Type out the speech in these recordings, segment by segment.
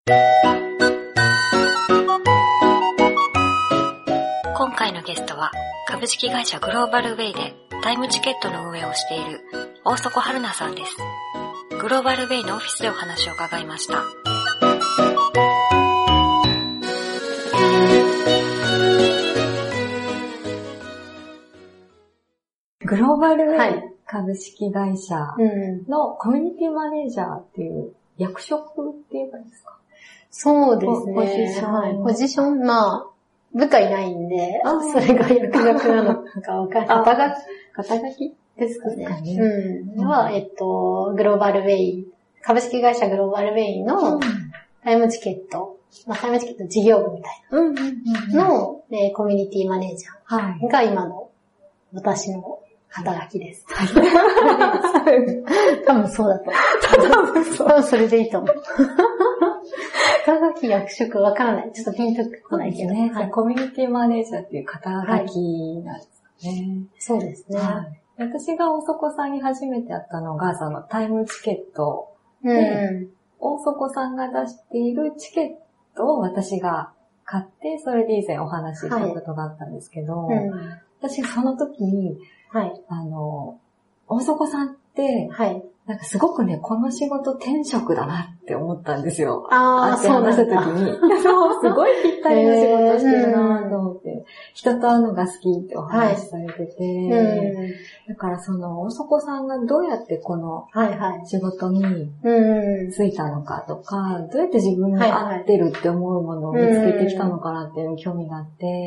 今回のゲストは株式会社グローバルウェイでタイムチケットの運営をしている大底春菜さんです。グローバルウェイのオフィスでお話を伺いました。グローバルウェイ株式会社のコミュニティマネージャーっていう役職っていうかですか？ そうですね。ポジション、部下いないんで、それが役職なのかわかんない。 肩書きですかね。グローバルウェイ、株式会社グローバルウェイのタイムチケット、タイムチケット事業部みたいなの、コミュニティマネージャーが今の私の肩書きです。多分そうだと思う。多分それでいいと思う。肩書き役職わからない。ちょっとピンとこないけどね。コミュニティマネージャーっていう肩書きなんですかね。 そうですね。 私が大底さんに初めて会ったのが、そのタイムチケットで、大底さんが出しているチケットを私が買って、それで以前お話ししたことがあったんですけど、私その時に、大底さんって、なんかすごくね、この仕事転職だなって思ったんですよ。そう話した時に。そう、すごいぴったりの仕事してるなと思って。人と会うのが好きってお話しされてて。だからその、大底さんがどうやってこの仕事に就いたのかとか、どうやって自分に合ってるって思うものを見つけてきたのかなっていう興味があって、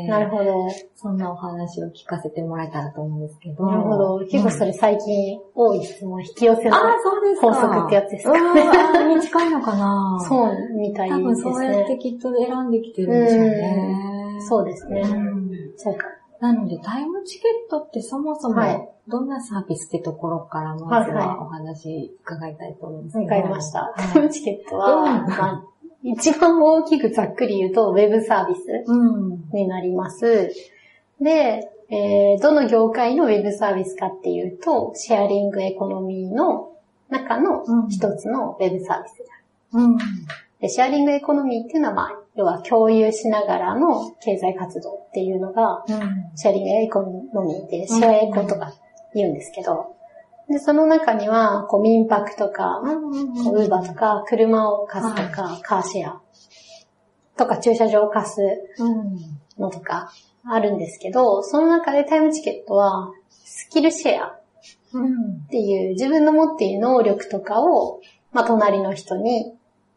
なるほど。 そんなお話を聞かせてもらえたらと思うんですけど。 なるほど。結構それ最近多い質問、引き寄せの法則ってやつですかね。に近いのかな？ そうみたいですね。 多分そうやってきっと選んできてるんでしょうね。 そうですね。そうか。 なのでタイムチケットってそもそもどんなサービスってところからまずはお話伺いたいと思うんですけど。 わかりました。タイムチケットは、一番大きくざっくり言うとウェブサービスになります。で、どの業界のウェブサービスかっていうと、シェアリングエコノミーの中の一つのウェブサービスである。でシェアリングエコノミーっていうのは、要は共有しながらの経済活動っていうのが、シェアリングエコノミーでシェアエコとか言うんですけど、で、その中には、民泊とか、ウーバーとか、車を貸すとか、カーシェアとか、駐車場を貸すのとか、あるんですけど、その中でタイムチケットは、スキルシェアっていう自分の持っている能力とかを、隣の人に、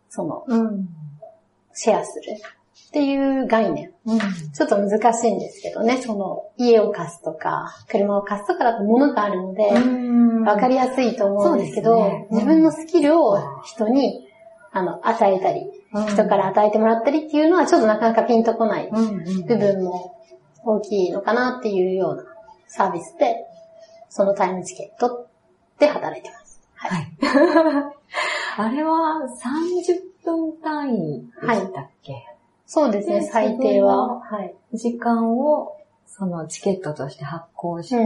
シェアするっていう概念。ちょっと難しいんですけどね、家を貸すとか、車を貸すとかだと物があるので、わかりやすいと思うんですけど、自分のスキルを人に、与えたり、人から与えてもらったりっていうのはちょっとなかなかピンとこない部分も大きいのかなっていうようなサービスで、そのタイムチケットで働いてます。 あれは30分単位でしたっけ？ そうですね、最低は。 時間をそのチケットとして発行して、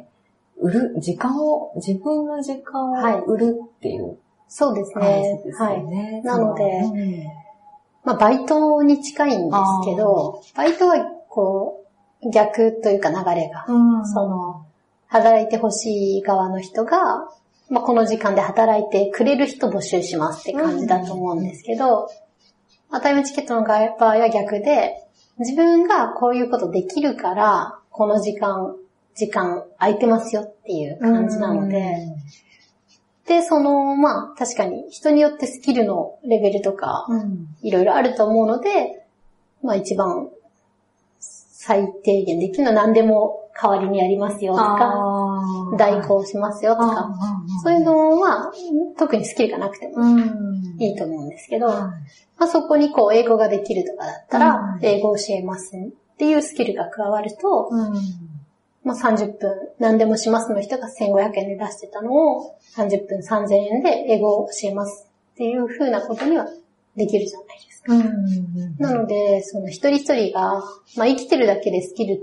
自分の時間を売るっていう。 そうですね。なので、バイトに近いんですけど、バイトは逆というか流れが、働いてほしい側の人が、この時間で働いてくれる人募集しますって感じだと思うんですけど、タイムチケットの場合は逆で、自分がこういうことできるから、この時間空いてますよっていう感じなので、で、確かに人によってスキルのレベルとか、いろいろあると思うので、一番最低限できるのは何でも代わりにやりますよとか、代行しますよとか、そういうのは特にスキルがなくてもいいと思うんですけど、そこに英語ができるとかだったら、英語を教えますっていうスキルが加わると、30分何でもしますの人が1500円で出してたのを30分3000円で英語を教えますっていう風なことにはできるじゃないですか。なので、一人一人が、生きてるだけでスキルって、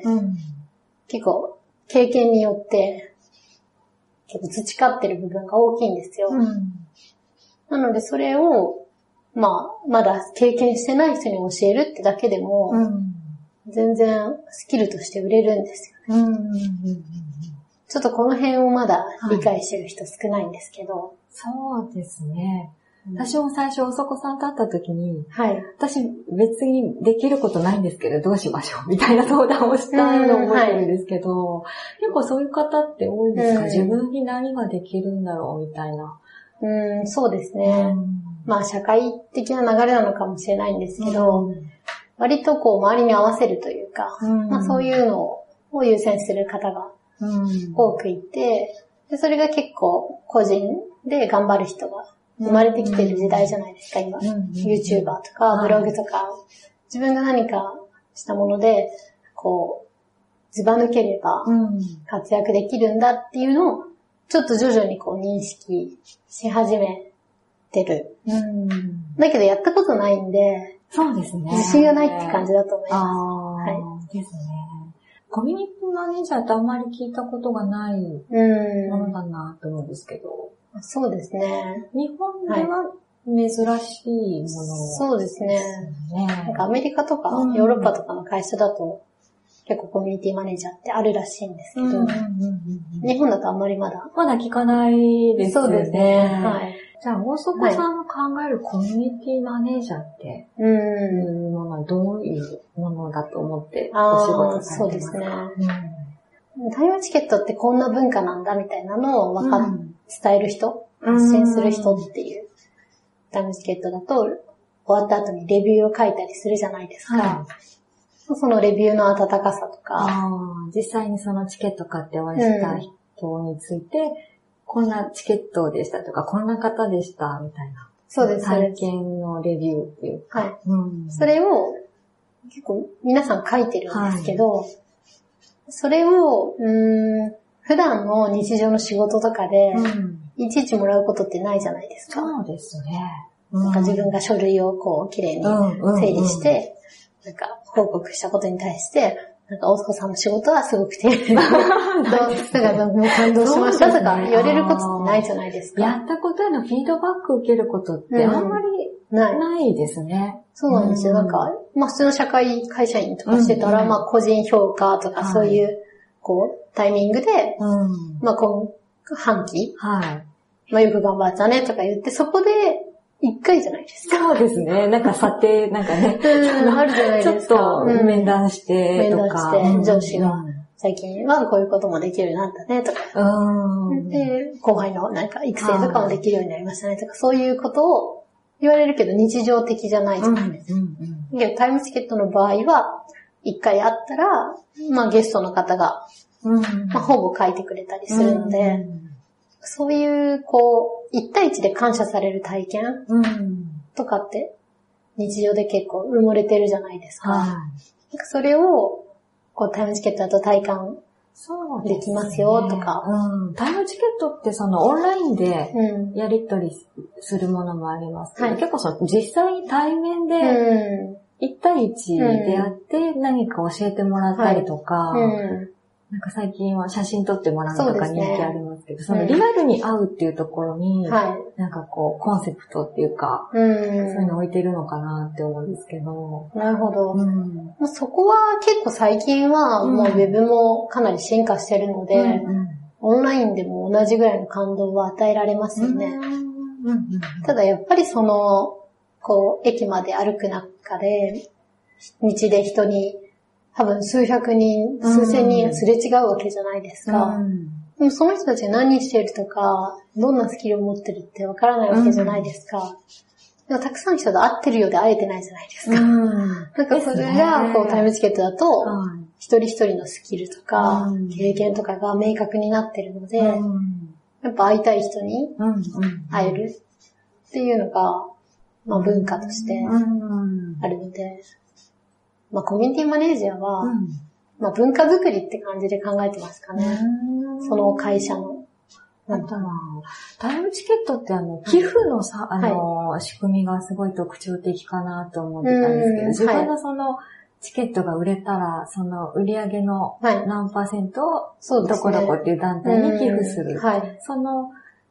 結構経験によって結構培ってる部分が大きいんですよ。なのでそれをまだ経験してない人に教えるってだけでも、全然スキルとして売れるんですよね。ちょっとこの辺をまだ理解してる人少ないんですけど。 そうですね。私も最初、おそこさんと会った時に、私別にできることないんですけど、どうしましょうみたいな相談をしたのを覚えてるんですけど、結構そういう方って多いですか？自分に何ができるんだろうみたいな。 そうですね。まあ社会的な流れなのかもしれないんですけど、割とこう周りに合わせるというか、まあそういうのを優先する方が多くいて、でそれが結構個人で頑張る人が生まれてきてる時代じゃないですか、今。YouTuber とかブログとか、自分が何かしたもので、こう、ずば抜ければ活躍できるんだっていうのを、ちょっと徐々にこう認識し始めてる。だけどやったことないんで、 そうですね。 自信がないって感じだと思います。 はい。ですね。コミュニティマネージャーってあんまり聞いたことがないものだなと思うんですけど。 そうですね。 日本では珍しいもの、 そうですね。なんかアメリカとかヨーロッパとかの会社だと結構コミュニティマネージャーってあるらしいんですけど、日本だとあんまりまだ聞かないですよね。 そうですね。はい。 じゃあ、大底さんの考えるコミュニティマネージャーっていうものはどういうものだと思ってお仕事されてますか？ そうですね。タイムチケットってこんな文化なんだみたいなのを伝える人、発信する人っていう。タイムチケットだと終わった後にレビューを書いたりするじゃないですか。そのレビューの温かさとか。 実際にそのチケット買ってお会いした人について、こんなチケットでしたとか、こんな方でしたみたいな。 そうです。 体験のレビューっていうか。 はい。それを結構皆さん書いてるんですけど、それを、普段の日常の仕事とかで、いちいちもらうことってないじゃないですか。 そうですね。 なんか自分が書類をこう、綺麗に整理して、なんか報告したことに対して、なんか大塚さんの仕事はすごく丁寧で、なんかもう感動しましたとか言われることってないじゃないですか。 やったことへのフィードバックを受けることってあんまりないですね。 そうなんですよ。なんか、まあ普通の会社員とかしてたら、まあ個人評価とかそういう、こう、タイミングで、まあ今半期、まあよく頑張ったねとか言って、そこで一回じゃないですか。 そうですね。なんか査定、なんかね、 あるじゃないですか。 ちょっと面談してとか。 上司が、最近はこういうこともできるようになったねとか。で、後輩のなんか育成とかもできるようになりましたねとか、そういうことを言われるけど日常的じゃないじゃないですか。タイムチケットの場合は、一回会ったら、まあゲストの方が、まあほぼ書いてくれたりするので、そういう、こう、一対一で感謝される体験とかって、日常で結構埋もれてるじゃないですか。なんかそれを、こう、タイムチケットだと体感できますよとか。 タイムチケットってそのオンラインでやり取りするものもありますけど、結構その実際に対面で一対一でやって何か教えてもらったりとか、なんか最近は写真撮ってもらうのとか人気ありますけど、そのリアルに会うっていうところに、なんかこうコンセプトっていうか、そういうの置いてるのかなって思うんですけど。 なるほど。そこは結構最近はもうウェブもかなり進化してるので、オンラインでも同じぐらいの感動は与えられますよね。ただやっぱりその、こう、駅まで歩く中で、道で人に、多分数百人、数千人がすれ違うわけじゃないですか。でもその人たちが何しているとか、どんなスキルを持ってるってわからないわけじゃないですか。でもたくさんの人と会ってるようで会えてないじゃないですか。なんかそれがこうタイムチケットだと、一人一人のスキルとか、経験とかが明確になってるので、やっぱ会いたい人に会えるっていうのが、まあ文化としてあるので、まあコミュニティマネージャーは、まあ文化づくりって感じで考えてますかね。その会社の。 タイムチケットって寄付の仕組みがすごい特徴的かなと思ってたんですけど、自分のそのチケットが売れたら、その売り上げの何%をどこどこっていう団体に寄付する。その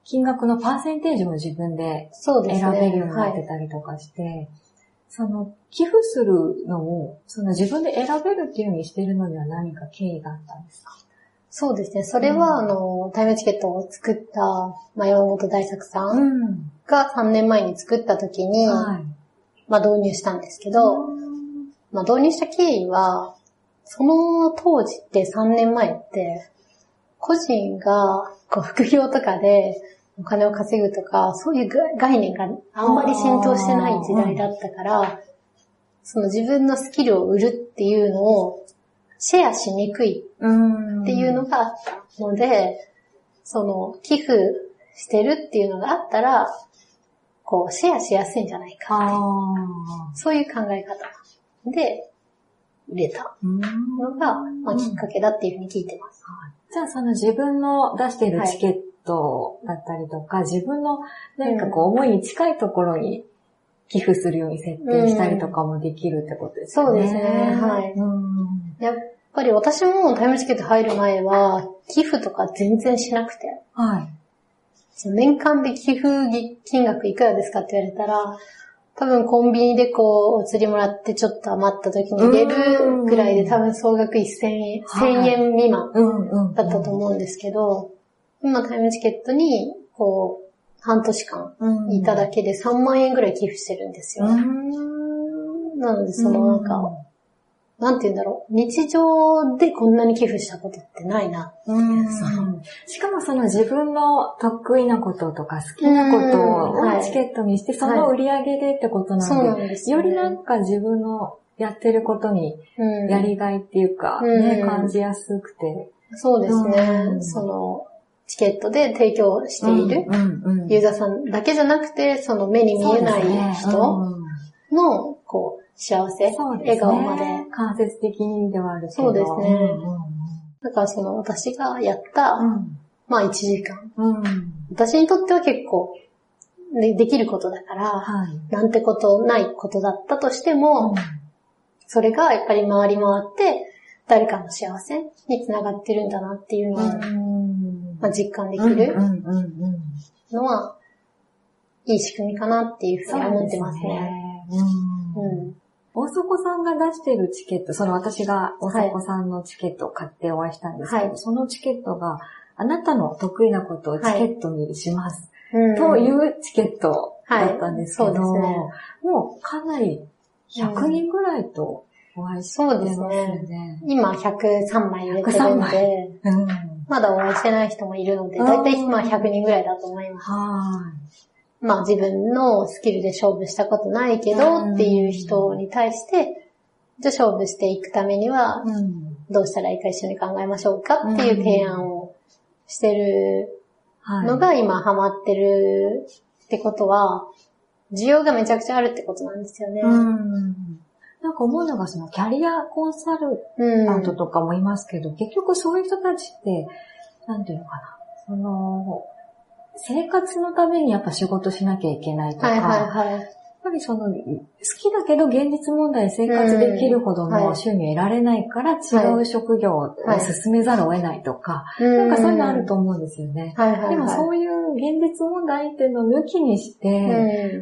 金額のパーセンテージも自分で選べるようになってたりとかして、その寄付するのをその自分で選べるっていうようにしてるのには何か経緯があったんですか？ そうですね。それは、タイムチケットを作った山本大作さんが3年前に作った時に、導入したんですけど、導入した経緯は、その当時って3年前って、個人が副業とかでお金を稼ぐとか、そういう概念があんまり浸透してない時代だったから、その自分のスキルを売るっていうのをシェアしにくいっていうのがあったので、その寄付してるっていうのがあったら、シェアしやすいんじゃないかっていう、そういう考え方で売れたのが、きっかけだっていうふうに聞いてます。 じゃあその自分の出しているチケットだったりとか、自分の何か思いに近いところに寄付するように設定したりとかもできるってことですね。 そうですね。はい。やっぱり私もタイムチケット入る前は、寄付とか全然しなくて。年間で寄付金額いくらですかって言われたら、多分コンビニでお釣りもらってちょっと余った時に入れるくらいで多分総額1000円未満だったと思うんですけど、今タイムチケットに半年間いただけで3万円ぐらい寄付してるんですよ。なのでなんて言うんだろう。日常でこんなに寄付したことってないな。 しかもその自分の得意なこととか好きなことをチケットにして、その売り上げでってことなんで、よりなんか自分のやってることにやりがいっていうか、感じやすくて。 そうですね。そのチケットで提供しているユーザーさんだけじゃなくて、その目に見えない人の幸せ、笑顔まで。 間接的にではあるけど。 そうですね。だから私がやった、1時間。私にとっては結構、できることだから、なんてことないことだったとしても、それがやっぱり回り回って、誰かの幸せにつながってるんだなっていうのを、実感できるのは、いい仕組みかなっていうふうに思ってますね。 大底さんが出しているチケット、私が大底さんのチケットを買ってお会いしたんですけど、そのチケットがあなたの得意なことをチケットにします、というチケットだったんですけど、もうかなり100人ぐらいとお会いしてますよね。そうですね。 今103枚入れてるんで、まだお会いしてない人もいるので、だいたい今100人ぐらいだと思います。自分のスキルで勝負したことないけどっていう人に対して、じゃあ勝負していくためには、どうしたらいいか一緒に考えましょうかっていう提案をしてるのが今ハマってるってことは、需要がめちゃくちゃあるってことなんですよね。 なんか思うのがキャリアコンサルタントとかもいますけど、結局そういう人たちって、なんていうのかな、生活のためにやっぱ仕事しなきゃいけないとか、やっぱり好きだけど現実問題生活できるほどの収入得られないから違う職業を進めざるを得ないとか、なんかそういうのあると思うんですよね。でもそういう現実問題っていうのを抜きにして、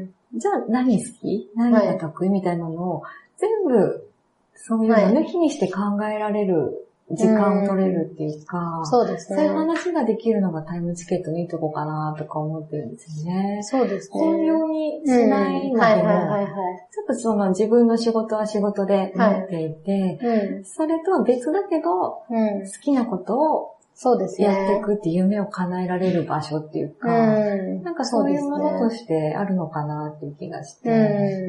じゃあ何好き？何が得意みたいなのを全部そういうのを抜きにして考えられる時間を取れるっていうか、 そうですね。 そういう話ができるのがタイムチケットのいいとこかなとか思ってるんですよね。 そうですね。 本業にしないのでも、ちょっと自分の仕事は仕事で持っていて、それとは別だけど、好きなことをやっていくって夢を叶えられる場所っていうか、なんかそういうものとしてあるのかなっていう気がして。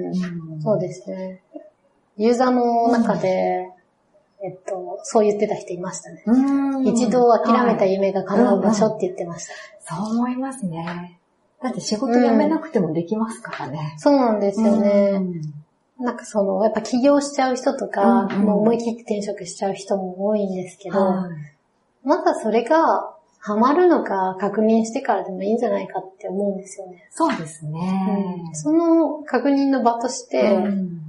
そうですね。ユーザーの中で、そう言ってた人いましたね。一度諦めた夢が叶う場所って言ってました。 そう思いますね。だって仕事辞めなくてもできますからね。 そうなんですよね。なんかやっぱ起業しちゃう人とか、もう思い切って転職しちゃう人も多いんですけど、まだそれがハマるのか確認してからでもいいんじゃないかって思うんですよね。 そうですね。 その確認の場として、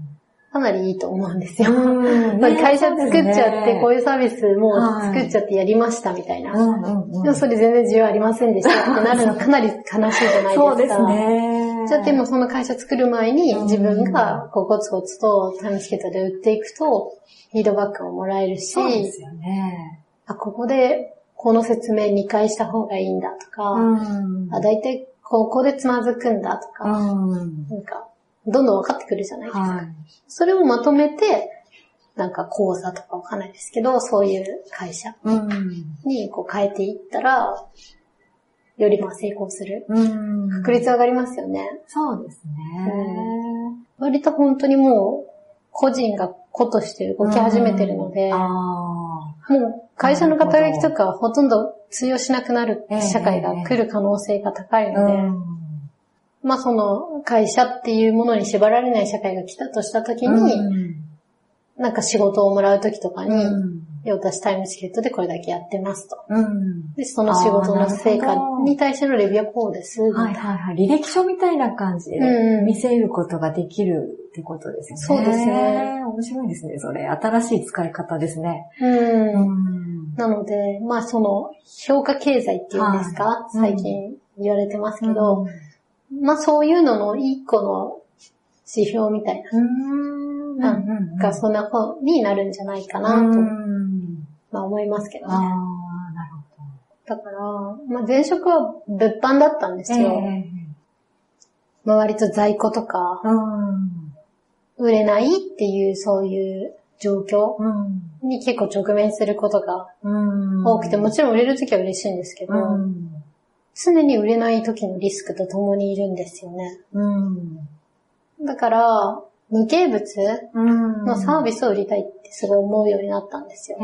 かなりいいと思うんですよ。会社作っちゃって、こういうサービスも作っちゃってやりましたみたいな。でもそれ全然需要ありませんでしたってなるのかなり悲しいじゃないですか。 そうですね。 じゃあでもその会社作る前に自分がこうコツコツとタイムチケットで売っていくと、フィードバックをもらえるし、 そうですよね。 ここでこの説明2回した方がいいんだとか、だいたいここでつまずくんだとか、なんか、どんどん分かってくるじゃないですか。それをまとめて、なんか講座とかわかんないですけど、そういう会社にこう変えていったら、より成功する。確率上がりますよね。 そうですね。 割と本当にもう、個人が個として動き始めてるので、もう会社の肩書きとかほとんど通用しなくなる社会が来る可能性が高いので、その会社っていうものに縛られない社会が来たとしたときに、なんか仕事をもらうときとかに、私タイムチケットでこれだけやってますと。で、その仕事の成果に対してのレビューはこうです。 履歴書みたいな感じで見せることができるってことですよね。 そうですね。 面白いですね、それ。新しい使い方ですね。 なので、その、評価経済っていうんですか、最近言われてますけど、そういうのの一個の指標みたいな。なんかそんな方になるんじゃないかなと、思いますけどね。 なるほど。だから、前職は物販だったんですよ。割と在庫とか、売れないっていうそういう状況に結構直面することが多くて、もちろん売れるときは嬉しいんですけど、常に売れないときのリスクと共にいるんですよね。だから、無形物のサービスを売りたいってすごい思うようになったんですよ。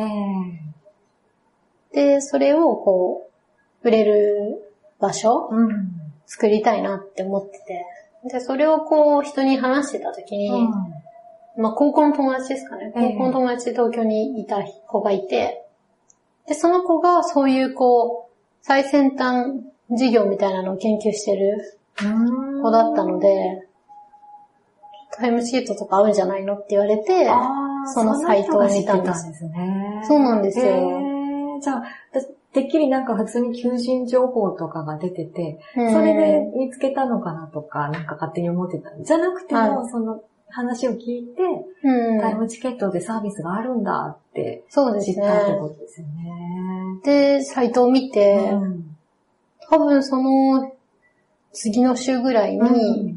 で、それをこう、売れる場所、作りたいなって思ってて。で、それをこう、人に話してたときに、高校の友達ですかね。高校の友達で東京にいた子がいて、で、その子がそういうこう、最先端事業みたいなのを研究してる子だったので、タイムチケットとか合うんじゃないのって言われて、そのサイトを見たんです。そうなんですよ。 じゃあ、てっきりなんか普通に求人情報とかが出てて、それで見つけたのかなとか、なんか勝手に思ってた。じゃなくても、その話を聞いて、タイムチケットでサービスがあるんだって知ったってことですよね。 で、サイトを見て、多分その次の週ぐらいに、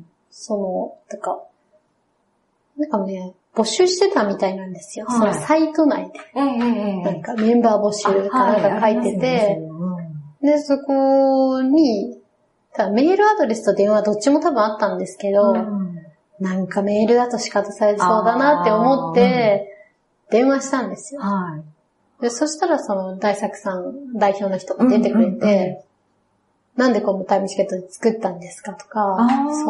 なんかね、募集してたみたいなんですよ。そのサイト内で。なんかメンバー募集かなんか書いてて、で、そこに、メールアドレスと電話どっちも多分あったんですけど、なんかメールだと仕方されそうだなって思って、電話したんですよ。で、そしたらその大作さん、代表の人が出てくれて、なんでこのタイムチケットで作ったんですかとか、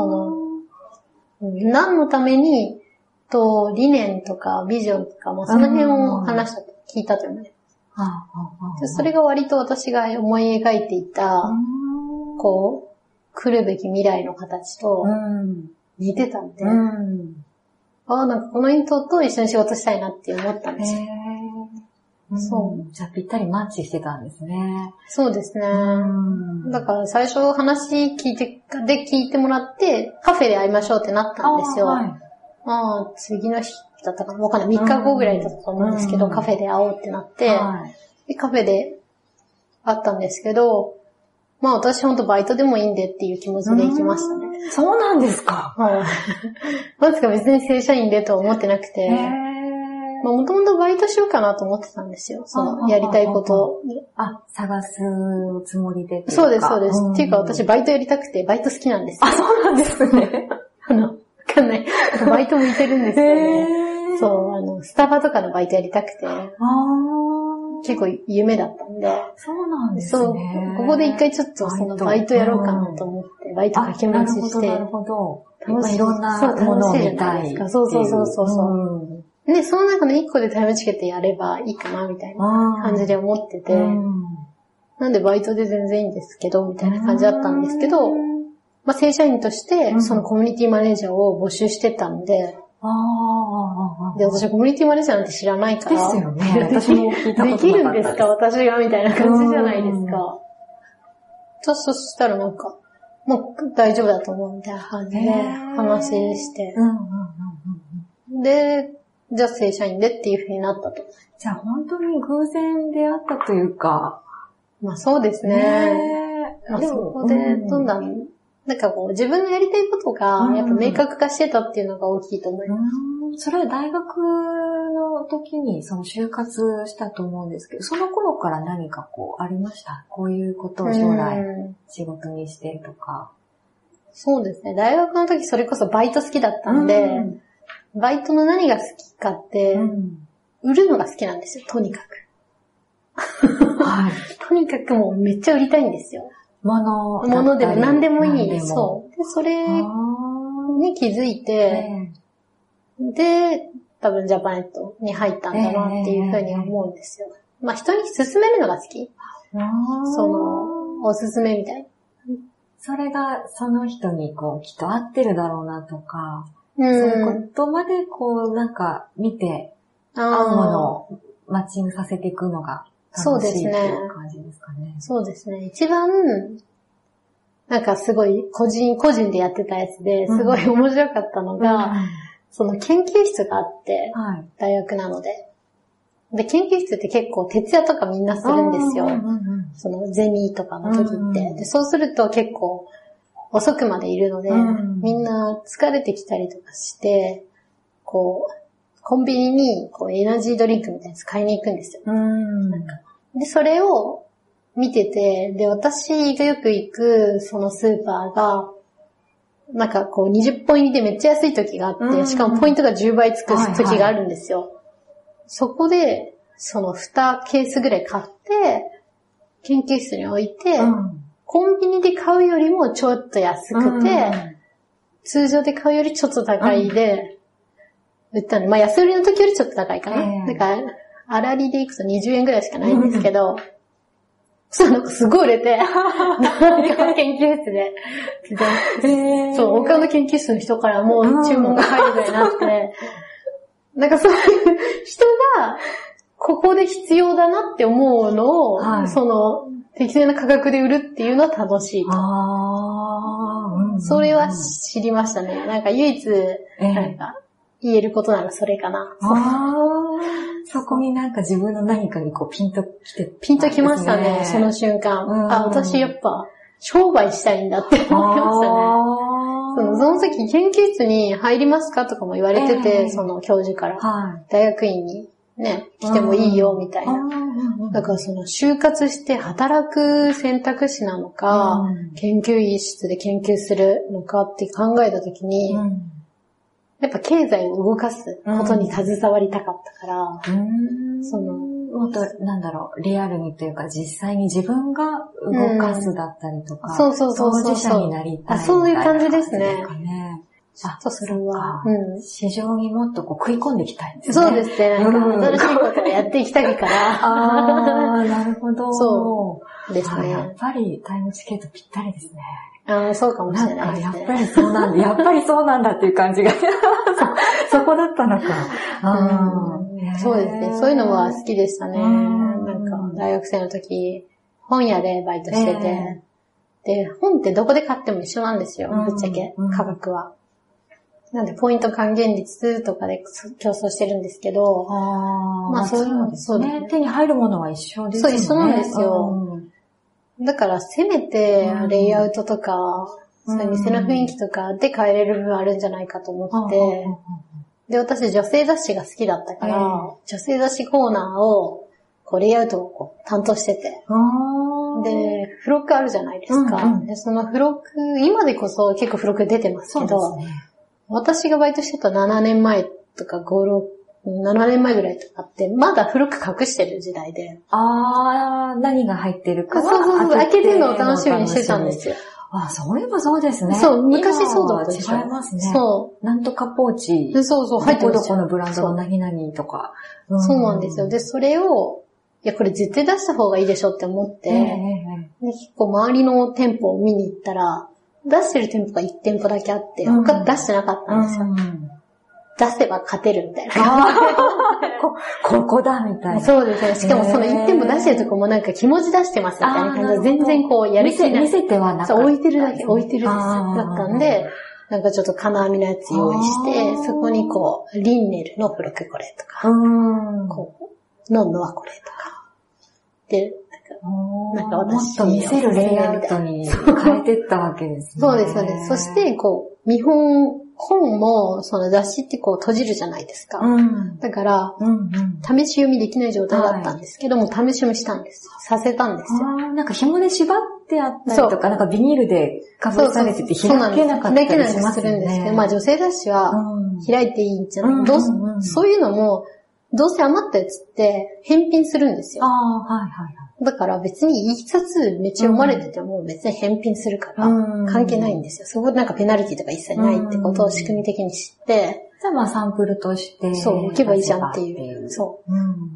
何のために、理念とかビジョンとか、その辺を聞いたと思います。それが割と私が思い描いていた、こう、来るべき未来の形と似てたんで、なんかこの人と一緒に仕事したいなって思ったんですよ。 じゃあぴったりマッチしてたんですね。 そうですね。だから最初話聞いてもらって、カフェで会いましょうってなったんですよ。次の日だったかな、わかんない。3日後ぐらいだったと思うんですけど、カフェで会おうってなって、でカフェで会ったんですけど、私ほんとバイトでもいいんでっていう気持ちで行きましたね。 そうなんですか。 まさか別に正社員でとは思ってなくて、もともとバイトしようかなと思ってたんですよ。その、やりたいことを。 探すつもりで。 そうです、そうです。っていうか私バイトやりたくて、バイト好きなんですよ。 そうなんですね。 わかんない。バイト向いてるんですよね。そう、スタバとかのバイトやりたくて。結構夢だったんで。 そうなんですね。 ここで一回ちょっとそのバイトやろうかなと思って、バイト掛け持ちして。 なるほど。いろんなものを見たい。 そう。で、その中の一個でタイムチケットやればいいかな、みたいな感じで思ってて。なんでバイトで全然いいんですけど、みたいな感じだったんですけど、正社員として、そのコミュニティマネージャーを募集してたんで、 で、私コミュニティマネージャーなんて知らないから。 ですよね。私も聞いたことなかったできるんですか私がみたいな感じじゃないですか。そしたらなんか、もう大丈夫だと思うみたいな感じで話して。で、じゃあ正社員でっていう風になったと。 じゃあ本当に偶然出会ったというか。 まあそうですね。まあそこでどんどん、なんかこう自分のやりたいことがやっぱ明確化してたっていうのが大きいと思います。 それは大学の時にその就活したと思うんですけど、その頃から何かこうありました？こういうことを将来仕事にしてるとか。 そうですね。大学の時それこそバイト好きだったんで、バイトの何が好きかって、売るのが好きなんですよ、とにかく。はい。とにかくもうめっちゃ売りたいんですよ。物でも何でもいい。そう。で、それに気づいて、で、多分ジャパネットに入ったんだなっていうふうに思うんですよ。まあ人に勧めるのが好き。おすすめみたいな。 それがその人にこうきっと合ってるだろうなとか、そういうことまでこうなんか見て、合うものをマッチングさせていくのが楽しいっていう感じですかね。 そうですね。一番、なんかすごい個人でやってたやつですごい面白かったのが、その研究室があって、大学なので。で、研究室って結構徹夜とかみんなするんですよ。そのゼミとかの時って。で、そうすると結構遅くまでいるので、みんな疲れてきたりとかして、こう、コンビニにこうエナジードリンクみたいなやつ買いに行くんですよ。なんかで、それを見てて、で、私がよく行くそのスーパーが、なんかこう20本入りでめっちゃ安い時があって、しかもポイントが10倍つく時があるんですよ。そこで、その2ケースぐらい買って、研究室に置いて、コンビニで買うよりもちょっと安くて、通常で買うよりちょっと高いで、売ったの。まあ安売りの時よりちょっと高いかな。だから、粗利でいくと20円ぐらいしかないんですけど、なんかすごい売れて、なんか研究室で、そう、他の研究室の人からもう注文が入るぐらいになって、なんかそういう人が、ここで必要だなって思うのを、その、適正な価格で売るっていうのは楽しいと。それは知りましたね。なんか唯一、なんか、言えることならそれかな。 そこになんか自分の何かにこうピンときて、 ピンときましたね、その瞬間。私やっぱ、商売したいんだって思いましたね。その時研究室に入りますかとかも言われてて、その教授から、大学院にね、来てもいいよみたいな。だからその就活して働く選択肢なのか、研究室で研究するのかって考えた時に、やっぱ経済を動かすことに携わりたかったから、その、 もっと、なんだろう、リアルにというか、実際に自分が動かすだったりとか、 当事者になりたいみたいな感じですかね。 そういう感じですね。 それは、市場にもっとこう食い込んでいきたいんですね。 そうですね。なんか新しいことをやっていきたいから。 なるほど。 そうですね。 やっぱりタイムチケットぴったりですね。 そうかもしれないですね。 やっぱりそうなんだ。やっぱりそうなんだっていう感じが。そこだったのか。 そうですね。そういうのは好きでしたね。なんか、大学生の時、本屋でバイトしてて、で、本ってどこで買っても一緒なんですよ。ぶっちゃけ、価格は。なんで、ポイント還元率とかで競争してるんですけど、まあそういうのですね。 手に入るものは一緒ですね。 そう、一緒なんですよ。だから、せめて、レイアウトとか、そういう店の雰囲気とかで変えれる部分あるんじゃないかと思って、で、私女性雑誌が好きだったから、女性雑誌コーナーを、こう、レイアウトをこう担当してて、で、付録あるじゃないですか。で、その付録、今でこそ結構付録出てますけど、私がバイトしてた7年前とか7年前ぐらいとかって、まだ付録隠してる時代で。 何が入ってるかそう、開けてるのを楽しみにしてたんですよ。 そういえばそうですね。 そう、昔そうだったでしょ。 違いますね。 そう。 なんとかポーチ。 そう、入ってる。 どこのブランドの何々とか。 そうなんですよ。で、それを、いや、これ絶対出した方がいいでしょって思って、で結構周りの店舗を見に行ったら、出してる店舗が1店舗だけあって、他出してなかったんですよ。 出せば勝てるみたいな。 ここだみたいな。 そうですね。しかもその1点も出してるとこもなんか気持ち出してますみたいな感じで、全然こうやる気ない。 見せてはなかった。 そう、置いてるだけ、置いてるです。だったんで、なんかちょっと金網のやつ用意して、そこにこう、リンネルの付録これとか、こう、ノンノはこれとか。で、なんか私もっと見せるレイアウトに変えてったわけですね。 そうです、そうです。そして、こう、本も、その雑誌ってこう閉じるじゃないですか。だから、試し読みできない状態だったんですけども、試し読みしたんです。させたんですよ。 なんか紐で縛ってあったりとか、なんかビニールでかぶされてて開けなかったりしまするんですけど、まあ女性雑誌は開いていいんじゃない、そういうのも、どうせ余ったやつって返品するんですよ。だから別に一冊めっちゃ読まれてても別に返品するから関係ないんですよ。そこでなんかペナルティとか一切ないってことを仕組み的に知って。 じゃあまあサンプルとして。 そう、置けばいいじゃんっていう。そう。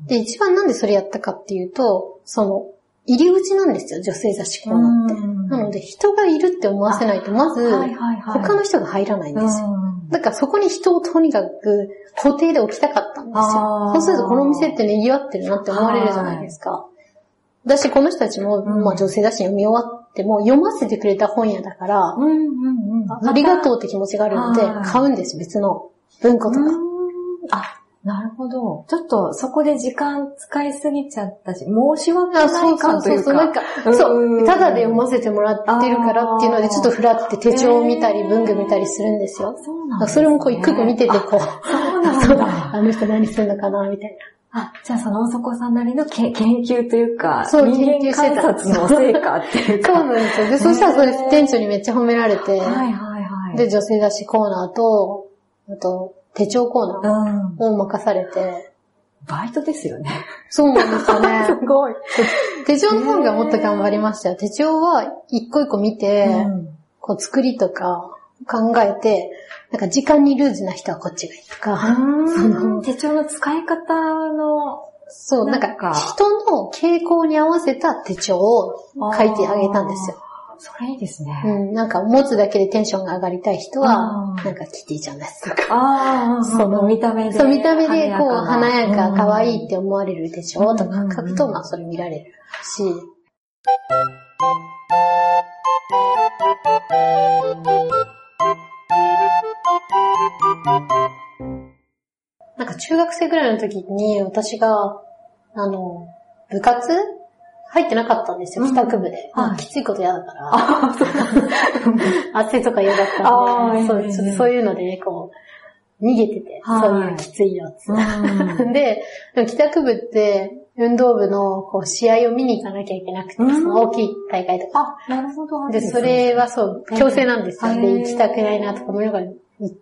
で、一番なんでそれやったかっていうと、その、入り口なんですよ、女性雑誌コーナーって。なので人がいるって思わせないと、まず、他の人が入らないんですよ。だからそこに人をとにかく固定で置きたかったんですよ。そうするとこのお店って賑わってるなって思われるじゃないですか。だし、この人たちも、まあ女性雑誌読み終わっても、読ませてくれた本屋だから、ありがとうって気持ちがあるので、買うんです、別の文庫とか。 なるほど。ちょっとそこで時間使いすぎちゃったし、申し訳ない感というか。 なんか、そう、ただで読ませてもらってるからっていうので、ちょっとフラって手帳を見たり、文具見たりするんですよ。そうなんだ。それもこう一個一個見てて、こう、そうなんだ。あの人何するのかな、みたいな。 じゃあその大底さんなりの研究というか、そう、人間観察の成果っていうか。 そうなんですよ。で、そしたらそれ店長にめっちゃ褒められて、で、女性雑誌コーナーと、あと、手帳コーナーを任されて。 バイトですよね。 そうなんですよね。 すごい。 手帳の方がもっと頑張りましたよ。手帳は一個一個見て、こう作りとか考えて、なんか時間にルーズな人はこっちがいいとか。 手帳の使い方の、 そう、なんか人の傾向に合わせた手帳を書いてあげたんですよ。 それいいですね。 なんか持つだけでテンションが上がりたい人は、なんかキティちゃんですとか。 その見た目で。 そう、見た目でこう華やか、可愛いって思われるでしょとか書くと、まあそれ見られるし。なんか中学生ぐらいの時に私が、部活入ってなかったんですよ、帰宅部で。きついこと嫌だから。汗とか嫌だったんで、そういうのでね、こう、逃げてて、そういうきついやつ。で、帰宅部って、運動部のこう試合を見に行かなきゃいけなくて、その大きい大会とか。 なるほど。 で、それはそう、強制なんですよ。で、行きたくないなとか思いながら行って、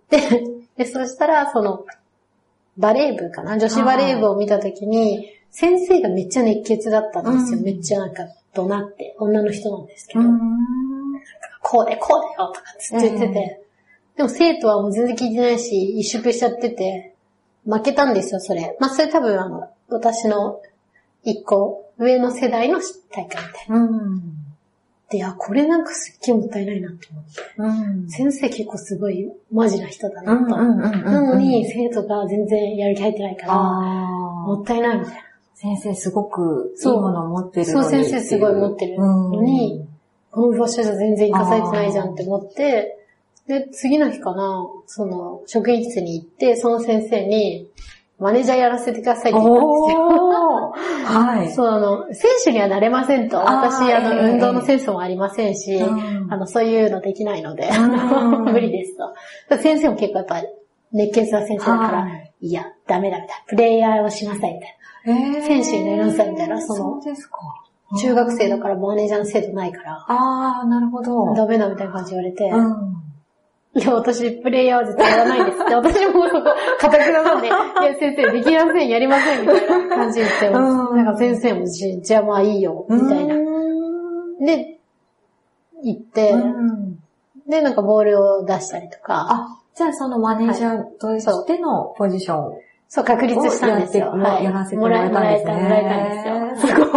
で、そしたら、その、バレー部かな、女子バレー部を見たときに、先生がめっちゃ熱血だったんですよ。めっちゃなんか怒鳴って、女の人なんですけど、なんかこうだよとかずっと言ってて、でも生徒はもう全然聞いてないし、萎縮しちゃってて、負けたんですよ、それ。まあそれ多分私の一個上の世代の大会みたいな。で、いや、これなんかすっげえもったいないなって思って。先生結構すごいマジな人だなと。なのに生徒が全然やる気入ってないから、もったいないみたいな。 先生すごくいいものを持ってるのに。 そう、先生すごい持ってるのに、この場所じゃ全然活かされてないじゃんって思って、で、次の日かな、その、職員室に行って、その先生に、マネージャーやらせてくださいって言ったんですよ。はい。そう、選手にはなれませんと。私、運動のセンスもありませんし、そういうのできないので、無理ですと。先生も結構やっぱ、熱血な先生だから、いや、ダメだみたいな。プレイヤーをしなさいみたいな。選手になりなさいみたいな。 そうですか。 中学生だからマネージャーの制度ないから。 なるほど。 ダメだみたいな感じ言われて。いや、私、プレイヤーは絶対やらないですって。私もそこ、固くななんで、いや、先生、できません、やりません、みたいな感じで言って、なんか先生も、じゃあまあいいよ、みたいな。で、行って、で、なんかボールを出したりとか。 じゃあそのマネージャーとしてのポジションを。 そう、確立したんですよ。 やらせてもらえたんですね。 もらえたんですよ。 すごい。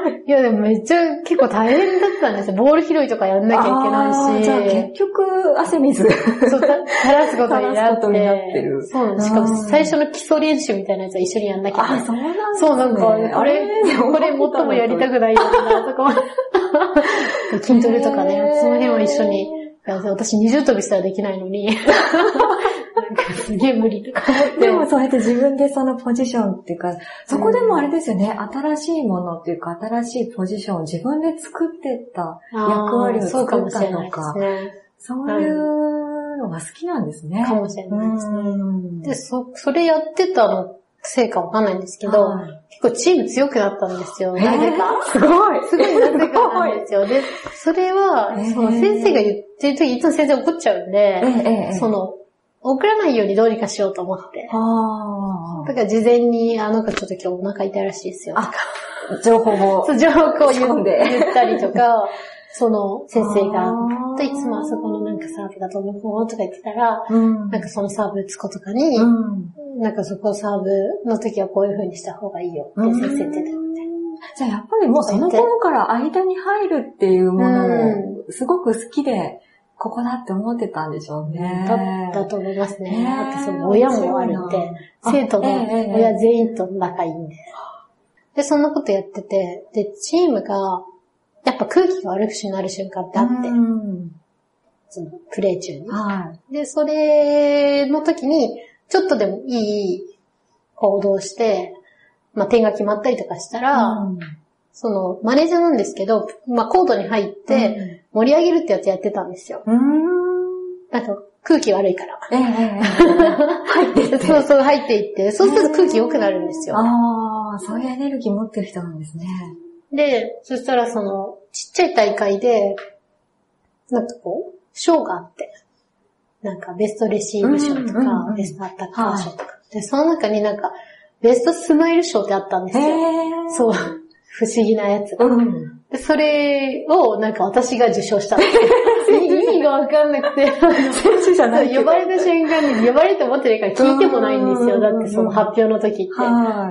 いやでもめっちゃ結構大変だったんですよ。ボール拾いとかやんなきゃいけないし。 じゃあ結局汗水。 そう、垂らすことになってる。 そうなんです。しかも最初の基礎練習みたいなやつは一緒にやんなきゃいけない。 そうなんですね。 そうなんか、これ最もやりたくないよな、とか。筋トレとかね、その辺は一緒に。私20跳びしたらできないのに。なんかすげえ無理とか思って。 でもそうやって自分でそのポジションっていうか、そこでもあれですよね、新しいものっていうか、新しいポジションを自分で作ってった役割を作ったとか、そういうのが好きなんですね。 かもしれないですね。で、それやってたのせいかわかんないんですけど、結構チーム強くなったんですよ。なぜか。 すごいなぜかなんですよ。で、それは、その先生が言ってるとき、いつも先生怒っちゃうんで、送らないようにどうにかしようと思って。だから事前に、なんかちょっと今日お腹痛いらしいですよ。 情報を。 情報を言ったりとか、その先生が、いつもあそこのなんかサーブだと思うとか言ってたら、なんかそのサーブ打つ子とかに、なんかそこサーブの時はこういう風にした方がいいよって先生言ってたみたいな。 じゃあやっぱりもうその頃から間に入るっていうものをすごく好きで、ここだって思ってたんでしょうね。 だと思いますね。だってその親もあるんで、生徒の親全員と仲いいんで。で、そんなことやってて、で、チームが、やっぱ空気が悪くなる瞬間ってあって、そのプレイ中に。で、それの時に、ちょっとでもいい行動して、まあ、点が決まったりとかしたら、その、マネージャーなんですけど、まあ、コートに入って、盛り上げるってやつやってたんですよ。あと、空気悪いから。入っていって。そう、入っていって、そうすると空気良くなるんですよ。 そういうエネルギー持ってる人なんですね。 で、そしたらその、ちっちゃい大会で、なんかこう、賞があって、なんかベストレシーブ賞とか、ベストアタッカー賞とか。で、その中になんか、ベストスマイル賞ってあったんですよ。そう。不思議なやつが。で、それをなんか私が受賞したんですよ。意味がわかんなくて。 選手じゃないけど。 呼ばれた瞬間に呼ばれると思ってないから聞いてもないんですよ。だってその発表の時って。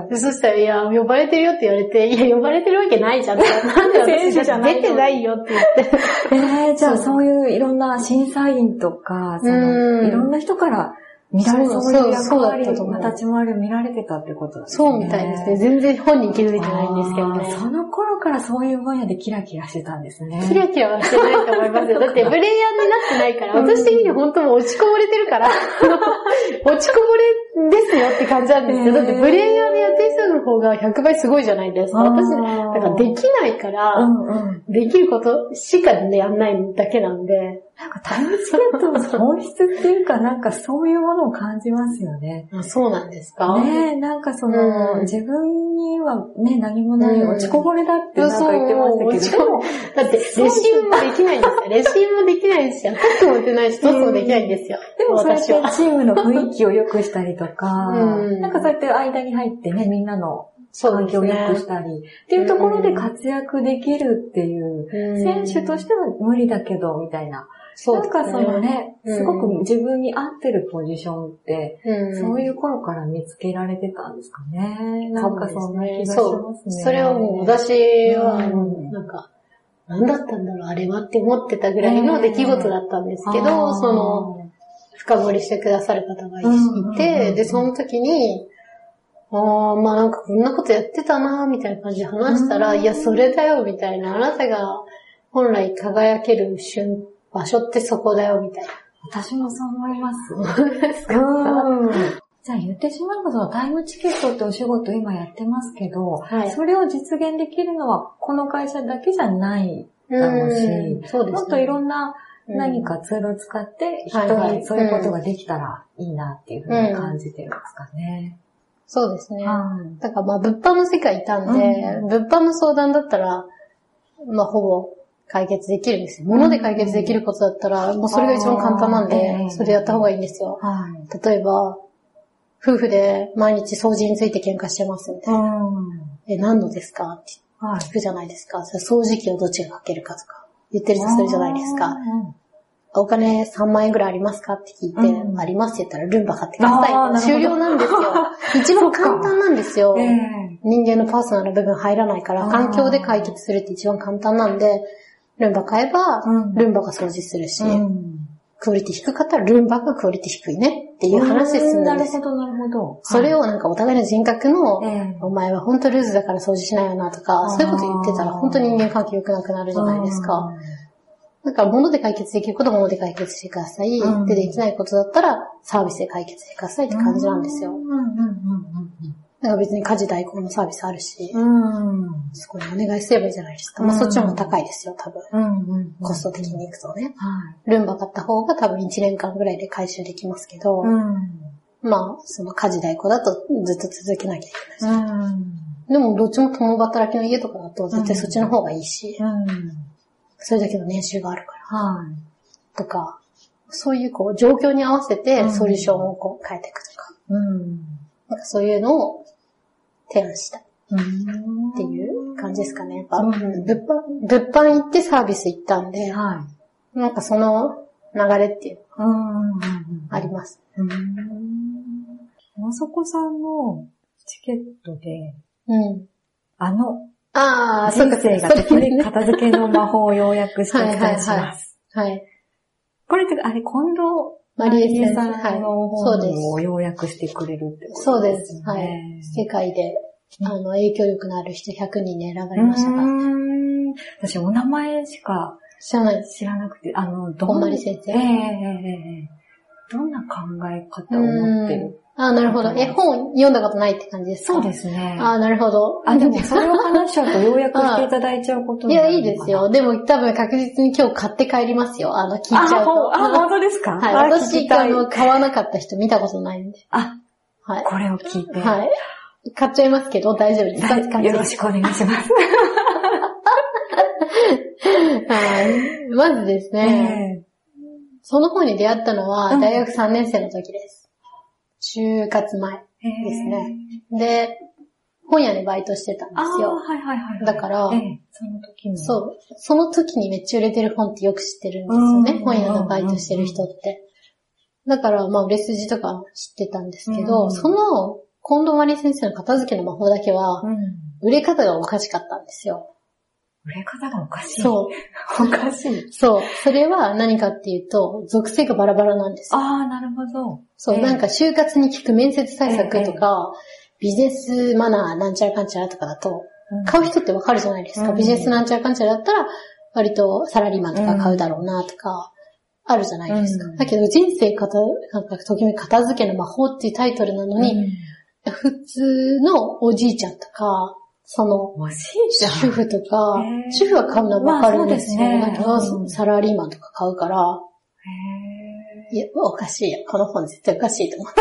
でそしたら、いや、呼ばれてるよって言われて、いや、呼ばれてるわけないじゃん。なんで私出てないよって言って。 じゃあそういういろんな審査員とか、いろんな人から見られそういう役割とか立ち回りを見られてたってことですね。 そうみたいですね。全然本人気づいてないんですけどね。 その頃からそういう分野でキラキラしてたんですね。 キラキラはしてないと思いますよ。だってブレイヤーになってないから、私的には本当もう落ちこぼれてるから、落ちこぼれですよって感じなんですよ。だってブレイヤーでやってる人の方が100倍すごいじゃないですか。私、だからできないから、できることしかね、やんないだけなんで。 なんかタイムチケットの本質っていうか、なんかそういうものを感じますよね。 そうなんですか？ ねえ、なんかその、自分にはね、何もない落ちこぼれだってなんか言ってましたけど、 だってレシーブもできないんですよ。レシーブもできないし、アタックも打てないし、トスもできないんですよ。 でもそうやってチームの雰囲気を良くしたりとか、なんかそうやって間に入ってね、みんなの環境を良くしたり、っていうところで活躍できるっていう、選手としては無理だけど、みたいな。なんかそのね、すごく自分に合ってるポジションって、そういう頃から見つけられてたんですかね。なんかそんな気がしますね。 それをもう私は、なんか、何だったんだろう、あれはって思ってたぐらいの出来事だったんですけど、その、深掘りしてくださる方がいて、で、その時に、まあなんかこんなことやってたなみたいな感じで話したら、いや、それだよ、みたいな。あなたが本来輝ける場所ってそこだよ、みたいな。 私もそう思います。 そうですか。 じゃあ言ってしまえばそのタイムチケットってお仕事今やってますけど、それを実現できるのはこの会社だけじゃないだろうし、もっといろんな何かツールを使って人にそういうことができたらいいなっていうふうに感じてるんですかね。 そうですね。だからまあ物販の世界いたんで、物販の相談だったら、まあほぼ解決できるんですよ。物で解決できることだったら、もうそれが一番簡単なんで、それやった方がいいんですよ。例えば、夫婦で毎日掃除について喧嘩してますみたいな。何度ですかって聞くじゃないですか。掃除機をどっちがかけるかとか言ってるとするじゃないですか。 お金3万円ぐらいありますかって聞いて、ありますって言ったらルンバ買ってください。終了なんですよ。一番簡単なんですよ。人間のパーソナルな部分入らないから、環境で解決するって一番簡単なんで、ルンバ買えば、ルンバが掃除するし、クオリティ低かったらルンバがクオリティ低いねっていう話で済んだんですよ。 なるほど。 それをなんかお互いの人格の、お前は本当ルーズだから掃除しないよなとか、そういうこと言ってたら本当に人間関係良くなくなるじゃないですか。だから物で解決できることは物で解決してください。で、できないことだったらサービスで解決してくださいって感じなんですよ。だから別に家事代行のサービスあるし、そこにお願いすればいいじゃないですか。まあそっちの方が高いですよ、多分。コスト的にいくとね。ルンバ買った方が多分1年間ぐらいで回収できますけど、まあその家事代行だとずっと続けなきゃいけない。でもどっちも共働きの家とかだと絶対そっちの方がいいし、それだけの年収があるから。とか、そういうこう状況に合わせてソリューションをこう変えていくとか。なんかそういうのを提案したっていう感じですかね。やっぱ物販行ってサービス行ったんで、なんかその流れっていうのがあります。 まさこさんのチケットで、 人生ができる片付けの魔法を要約してお伝えします。これって、近藤マリエさんの本を要約してくれるってことですね。 そうです。世界で、影響力のある人100人に選ばれましたから。 私、お名前しか知らなくて、 本マリ先生。 どんな考え方を持ってる？ なるほど。本読んだことないって感じですか？ そうですね。 なるほど。 でもそれを話しちゃうと要約していただいちゃうことになるのかな。 いや、いいですよ。でも多分確実に今日買って帰りますよ。聞いちゃうと。 本当ですか？ はい。私、買わなかった人見たことないんで。 はい。これを聞いて。 はい。買っちゃいますけど、大丈夫です。 よろしくお願いします。 まずですね、その本に出会ったのは大学3年生の時です。就活前ですね。で、本屋でバイトしてたんですよ。だから、その時にめっちゃ売れてる本ってよく知ってるんですよね。本屋でバイトしてる人って。だから、まあ、売れ筋とか知ってたんですけど、その、近藤麻理先生の片付けの魔法だけは、売れ方がおかしかったんですよ。 売れ方がおかしい？ そう。おかしい。そう。それは何かっていうと、属性がバラバラなんですよ。 なるほど。 そう、なんか就活に効く面接対策とか、ビジネスマナーなんちゃらかんちゃらとかだと、買う人ってわかるじゃないですか。ビジネスなんちゃらかんちゃらだったら、割とサラリーマンとか買うだろうなとか、あるじゃないですか。だけど人生なんかときめき片付けの魔法っていうタイトルなのに、普通のおじいちゃんとか、その、主婦とか、主婦は買うのはわかるんですよ。だけど、サラリーマンとか買うから、いや、おかしいよ。この本絶対おかしいと思って。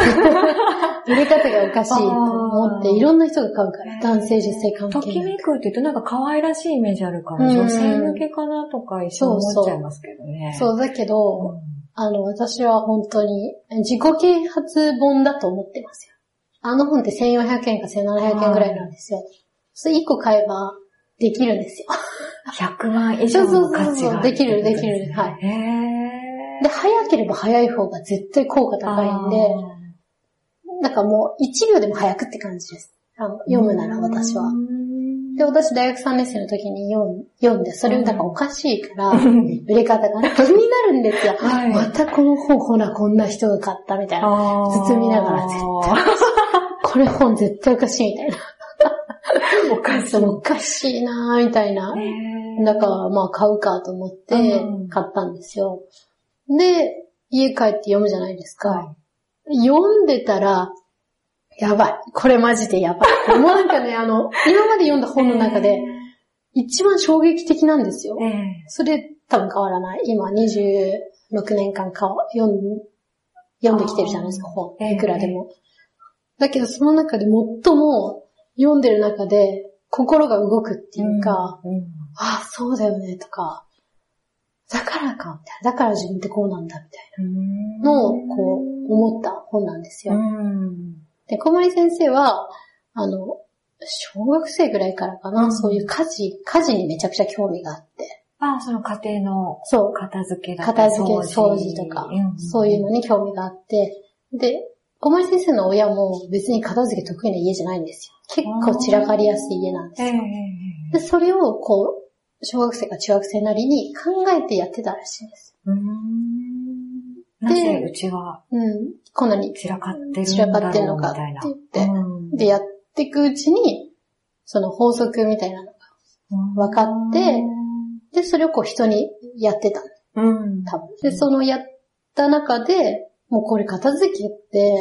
売り方がおかしいと思って、いろんな人が買うから、男性、女性関係ない。 ときめくって言うとなんか可愛らしいイメージあるから、女性向けかなとか一緒に思っちゃいますけどね。 そう、だけど、私は本当に自己啓発本だと思ってますよ。本って1400円か1700円ぐらいなんですよ。それ1個買えばできるんですよ。 100万以上の価値がある。 できる。はい。で、早ければ早い方が絶対効果高いんで、なんかもう1秒でも早くって感じです。読むなら私は。で、私大学3年生の時に読んで、それなんかおかしいから、売れ方が気になるんですよ。またこの本、ほら、こんな人が買ったみたいな。包みながら絶対。これ本絶対おかしいみたいな。おかしいなぁ、みたいな。だから、まあ買うかと思って買ったんですよ。で、家帰って読むじゃないですか。読んでたら、やばい。これマジでやばい。もうなんかね、今まで読んだ本の中で、一番衝撃的なんですよ。それ多分変わらない。今26年間読んできてるじゃないですか、本。いくらでも。だけどその中で最も読んでる中で心が動くっていうか、あ、そうだよねとか、だからか、みたいな。だから自分ってこうなんだ、みたいなのをこう思った本なんですよ。で、小森先生は、小学生ぐらいからかな、そういう家事にめちゃくちゃ興味があって。 その家庭の片付けだったり、掃除とか、そういうのに興味があって、で、小森先生の親も別に片付け得意な家じゃないんですよ。結構散らかりやすい家なんですよ。で、それを小学生か中学生なりに考えてやってたらしいんです。 なぜうちは、 こんなに散らかってるのかって言って、で、やっていくうちに、その法則みたいなのが分かって、で、それを人にやってた。多分。で、そのやった中で、もうこれ片付けって、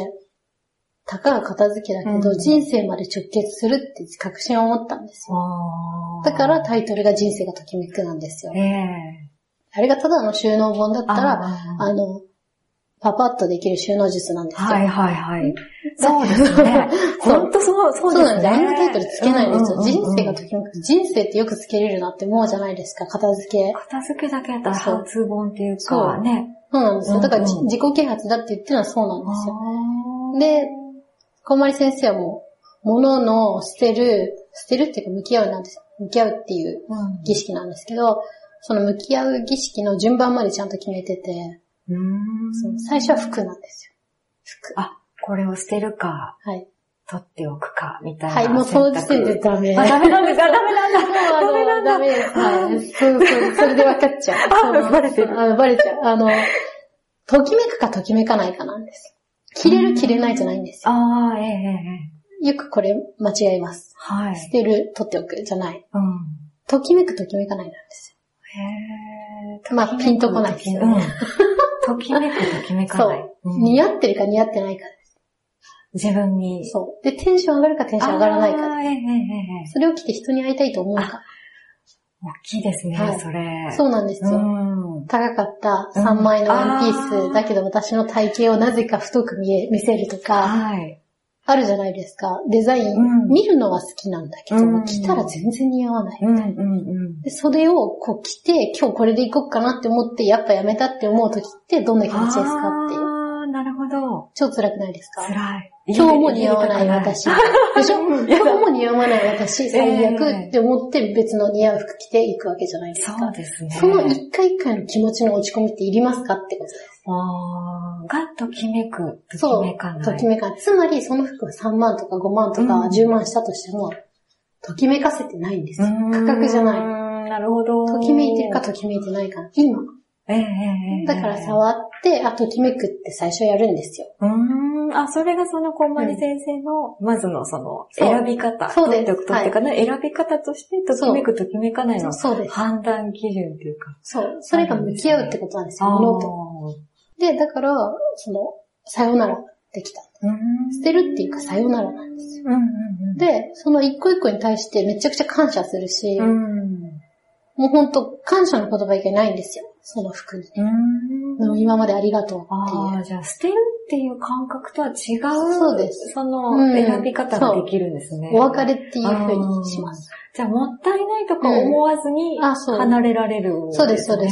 たかが片付けだけど、人生まで直結するって確信を持ったんですよ。だからタイトルが人生がときめくなんですよ。あれがただの収納本だったら、パパッとできる収納術なんですよ。 そうですね。本当そうですね。そうなんです。 あんなタイトルつけないんですよ。人生がときめく。人生ってよくつけれるなって思うじゃないですか、片付け。 片付けだけだったら発本っていうかね。 そうなんですよ。だから自己啓発だって言ってるのはそうなんですよ。で、小森先生はもう、物の捨てるっていうか向き合うなんです。向き合うっていう儀式なんですけど、その向き合う儀式の順番までちゃんと決めてて、最初は服なんですよ。服。 これを捨てるか、取っておくか、みたいな。 もうその時点でダメ。 ダメなんですか？ダメダメです。それで分かっちゃう。 バレてる。 バレちゃう。ときめくかときめかないかなんです。着れる着れないじゃないんですよ。よくこれ間違います。捨てる、取っておくじゃない。ときめくときめかないなんですよ。ピンとこないですよね。 ときめくときめかない。 似合ってるか似合ってないかです。 自分に。 そう。で、テンション上がるかテンション上がらないか。それを着て人に会いたいと思うか。 大きいですね、それ。 そうなんですよ。高かった3枚のワンピースだけど私の体型をなぜか太く見せるとか、あるじゃないですか。デザイン、見るのは好きなんだけど、着たら全然似合わないみたいな。で、それを着て、今日これで行こうかなって思って、やっぱやめたって思う時ってどんな気持ちですかっていう。 なるほど。 超辛くないですか？ 辛い。 今日も似合わない私。でしょ？今日も似合わない私、最悪って思って別の似合う服着ていくわけじゃないですか。 そうですね。 その一回一回の気持ちの落ち込みっていりますかってことです。 がときめく、ときめかない。 ときめかない。つまりその服が3万とか5万とか10万したとしても、ときめかせてないんですよ。価格じゃない。 なるほど。 ときめいてるかときめいてないか。今。だから触って、ときめくって最初やるんですよ。 それがその小森先生の、まずのその選び方。 そうです。 選び方として、ときめくときめかないの判断基準っていうか。 そう。それが向き合うってことなんですよ、物と。で、だから、さよならできた。捨てるっていうか、さよならなんですよ。で、その一個一個に対してめちゃくちゃ感謝するし、もうほんと、感謝の言葉以外ないんですよ。その服に。今までありがとうっていう。 じゃあ、捨てるっていう感覚とは違う。 そうです。 その選び方ができるんですね。 お別れっていう風にします。 じゃあ、もったいないとか思わずに、離れられる、 そうです。はい。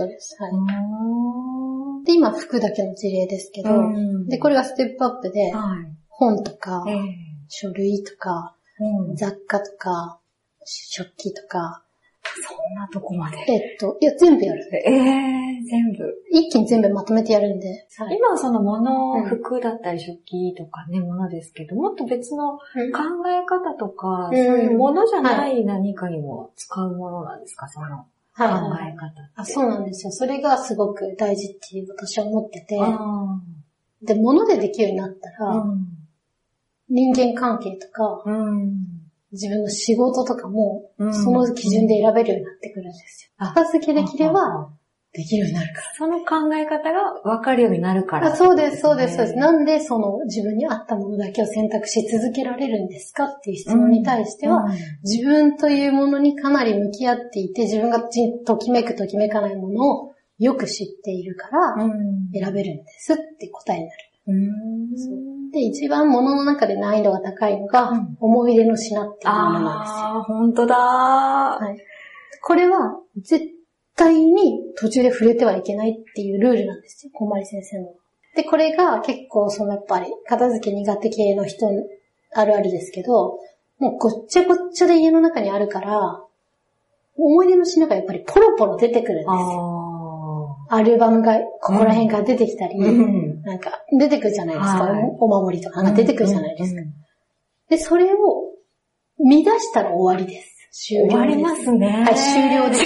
で、今、服だけの事例ですけど、で、これがステップアップで、本とか、書類とか、雑貨とか、食器とか、 そんなとこまで。 いや、全部やる。 全部。 一気に全部まとめてやるんで。 今はその服だったり食器とかね、ものですけど、もっと別の考え方とか、そういうものじゃない何かにも使うものなんですか、その考え方って。 そうなんですよ。それがすごく大事っていう私は思ってて。で、物でできるようになったら、人間関係とか、自分の仕事とかも、その基準で選べるようになってくるんですよ。片付けできれば、できるようになるから。 その考え方が分かるようになるから、 そうです。なんで自分に合ったものだけを選択し続けられるんですかっていう質問に対しては、自分というものにかなり向き合っていて、自分がときめくときめかないものをよく知っているから、選べるんですって答えになる。で、一番物の中で難易度が高いのが、思い出の品っていうものなんですよ。 本当だ。 これは、絶対に途中で触れてはいけないっていうルールなんですよ、小森先生の。で、これが結構やっぱり、片付け苦手系の人あるあるですけど、もうごっちゃごっちゃで家の中にあるから、 思い出の品がやっぱりポロポロ出てくるんですよ。アルバムがここら辺から出てきたり、なんか出てくるじゃないですか。お守りとかが出てくるじゃないですか。で、それを見出したら終わりです。終了です。 終わりますね。 はい、終了です。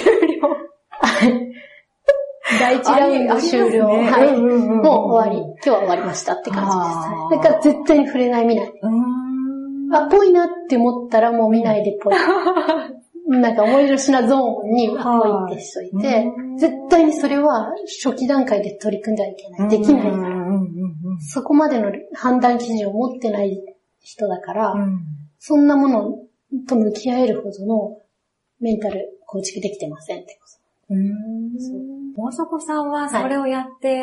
第一ラウンド終了。はい。もう終わり。今日は終わりましたって感じです。だから絶対に触れない、見ない。ぽいなって思ったらもう見ないでぽい。なんか思い出の品ゾーンにぽいってしといて、絶対にそれは初期段階で取り組んではいけない。できないから。そこまでの判断基準を持ってない人だから、そんなものと向き合えるほどのメンタル構築できてませんってこと。 大迫さんはそれをやって、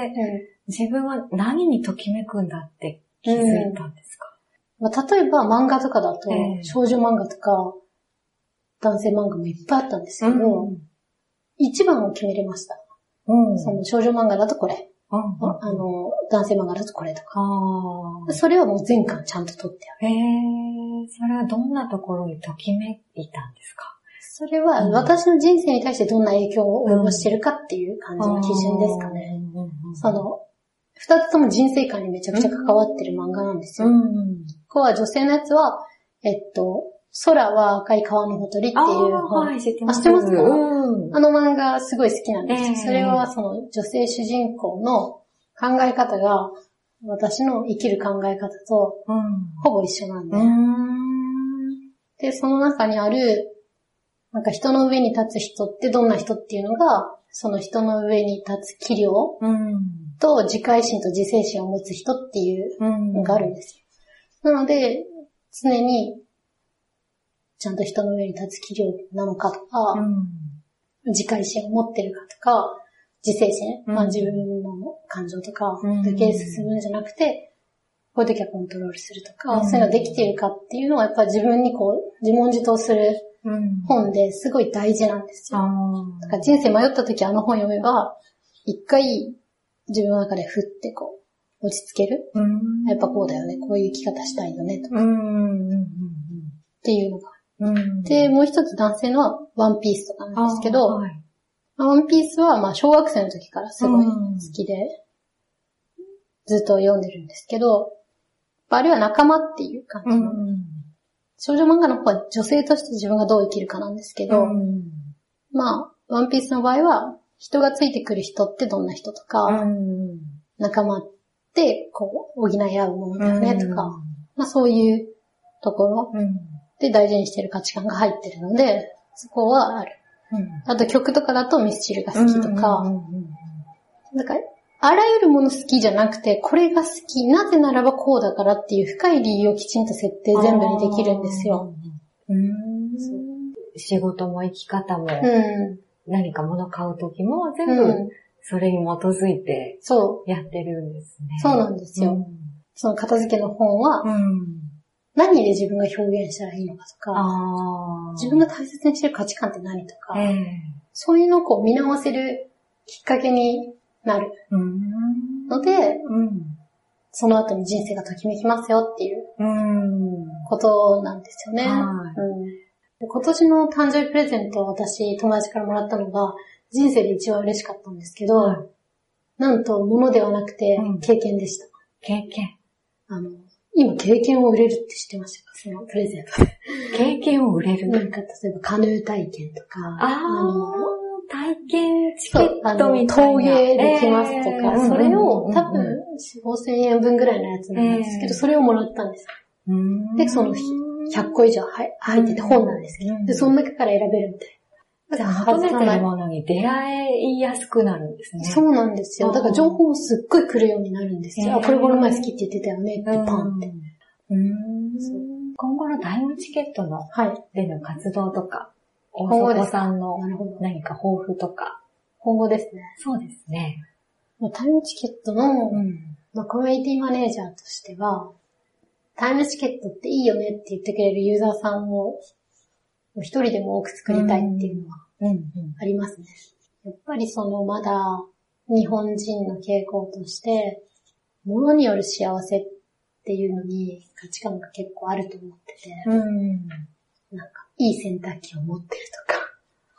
自分は何にときめくんだって気づいたんですか？ 例えば漫画とかだと、少女漫画とか男性漫画もいっぱいあったんですけど、一番を決めれました。その少女漫画だとこれ。男性漫画だとこれとか。それはもう全巻ちゃんと取ってある。 それはどんなところにときめいたんですか？ それは私の人生に対してどんな影響を及ぼしてるかっていう感じの基準ですかね。二つとも人生観にめちゃくちゃ関わってる漫画なんですよ。ここは女性のやつは、空は赤い川のほとりっていう本。 知ってます。 知ってますか？あの漫画すごい好きなんですよ。それはその女性主人公の考え方が私の生きる考え方とほぼ一緒なんで。で、その中にあるなんか人の上に立つ人ってどんな人っていうのが、その人の上に立つ器量と自戒心と自制心を持つ人っていうのがあるんですよ。なので、常にちゃんと人の上に立つ器量なのかとか、自戒心を持ってるかとか、自制心、自分の感情とかだけ進むんじゃなくて、こういう時はコントロールするとか、そういうのができているかっていうのはやっぱり自分にこう自問自答する本ですごい大事なんですよ。だから人生迷った時あの本読めば、一回自分の中でふってこう落ち着ける。やっぱこうだよね、こういう生き方したいよねとか。っていうのが。で、もう一つ男性のはワンピースとかなんですけど、ワンピースはまあ小学生の時からすごい好きで、ずっと読んでるんですけど、あれは仲間っていう感じの。少女漫画の方は女性として自分がどう生きるかなんですけど、まあ、ワンピースの場合は、人がついてくる人ってどんな人とか、仲間ってこう、補い合うものだよねとか、まあそういうところで大事にしてる価値観が入ってるので、そこはある。あと曲とかだとミスチルが好きとか、だから、あらゆるもの好きじゃなくて、これが好き、なぜならばこうだからっていう深い理由をきちんと設定全部にできるんですよ。 仕事も生き方も、何か物買うときも全部それに基づいてやってるんですね。 そうなんですよ。その片付けの本は、何で自分が表現したらいいのかとか、自分が大切にしてる価値観って何とか、そういうのをこう見直せるきっかけになるので、その後に人生がときめきますよっていうことなんですよね。今年の誕生日プレゼントを私友達からもらったのが人生で一番嬉しかったんですけど、なんと物ではなくて経験でした。 経験。 今経験を売れるって知ってましたか？そのプレゼントで。 経験を売れる？ なんか例えばカヌー体験とか、 体験チケットみたいな。 陶芸できますとか、それを多分4、5千円分ぐらいのやつなんですけど、それをもらったんです。で、その100個以上入ってて本なんですけど、で、その中から選べるみたいな。 じゃあ、求めてるものに出会いやすくなるんですね。 そうなんですよ。だから情報もすっごい来るようになるんですよ。これこの前好きって言ってたよねってパンって。 今後のタイムチケットのでの活動とか、大迫さんの何か抱負とか。 今後ですね。 そうですね。 タイムチケットの、コミュニティマネージャーとしては、タイムチケットっていいよねって言ってくれるユーザーさんを一人でも多く作りたいっていうのはありますね。やっぱりまだ日本人の傾向として、物による幸せっていうのに価値観が結構あると思ってて、なんかいい洗濯機を持ってるとか、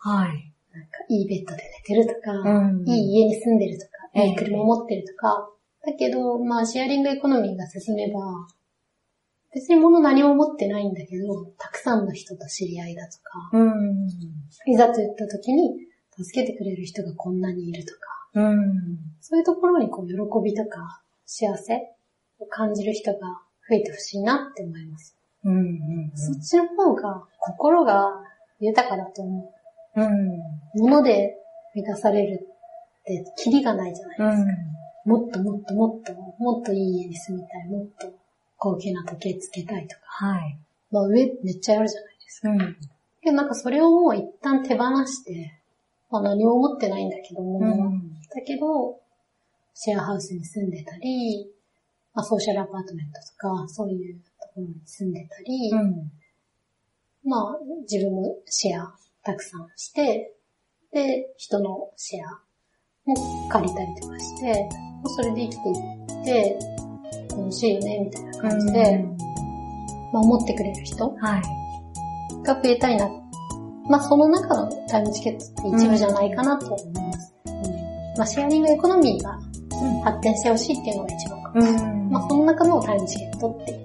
はい。 なんかいいベッドで寝てるとか、いい家に住んでるとか、いい車を持ってるとか、だけど、まあシェアリングエコノミーが進めば、別に物何も持ってないんだけど、たくさんの人と知り合いだとか、いざと言った時に助けてくれる人がこんなにいるとか、そういうところにこう喜びとか幸せを感じる人が増えてほしいなって思います。そっちの方が心が豊かだと思う。物で満たされるってキリがないじゃないですか。もっともっともっと、もっといい家に住みたい、もっと高級な時計つけたいとか。 はい。 まあ上めっちゃあるじゃないですか。でもなんかそれをもう一旦手放して、まあ何も持ってないんだけども、だけど、シェアハウスに住んでたり、まあソーシャルアパートメントとか、そういうところに住んでたり、まあ自分もシェアたくさんして、で、人のシェアも借りたりとかして、それで生きていって、楽しいよね、みたいな感じで、まあ思ってくれる人が増えたいな。まあその中のタイムチケットって一部じゃないかなと思います。まあシェアリングエコノミーが発展してほしいっていうのが一番かも。まあその中のタイムチケットっていう